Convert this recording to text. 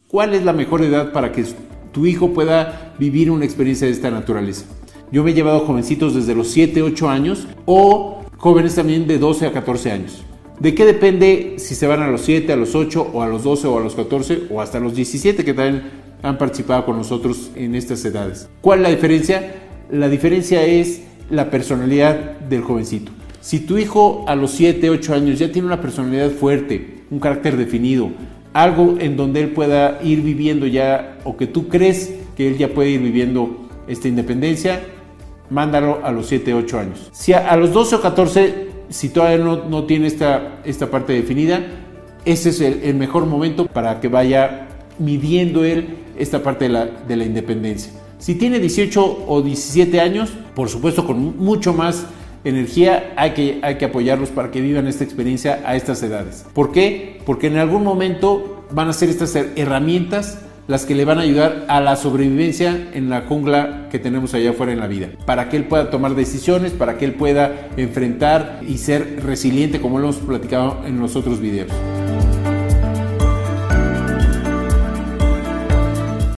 ¿Cuál es la mejor edad para que tu hijo pueda vivir una experiencia de esta naturaleza? Yo me he llevado jovencitos desde los 7, 8 años o jóvenes también de 12 a 14 años. ¿De qué depende si se van a los 7, a los 8 o a los 12 o a los 14 o hasta los 17 que también han participado con nosotros en estas edades? ¿Cuál es la diferencia? La diferencia es la personalidad del jovencito. Si tu hijo a los 7, 8 años ya tiene una personalidad fuerte, un carácter definido, algo en donde él pueda ir viviendo ya, o que tú crees que él ya puede ir viviendo esta independencia, mándalo a los 7, 8 años. Si a los 12 o 14, si todavía no tiene esta parte definida, ese es el mejor momento para que vaya midiendo él esta parte de la independencia. Si tiene 18 o 17 años, por supuesto con mucho más energía hay que apoyarlos para que vivan esta experiencia a estas edades. ¿Por qué? Porque en algún momento van a ser estas herramientas las que le van a ayudar a la sobrevivencia en la jungla que tenemos allá afuera en la vida, para que él pueda tomar decisiones, para que él pueda enfrentar y ser resiliente, como lo hemos platicado en los otros videos.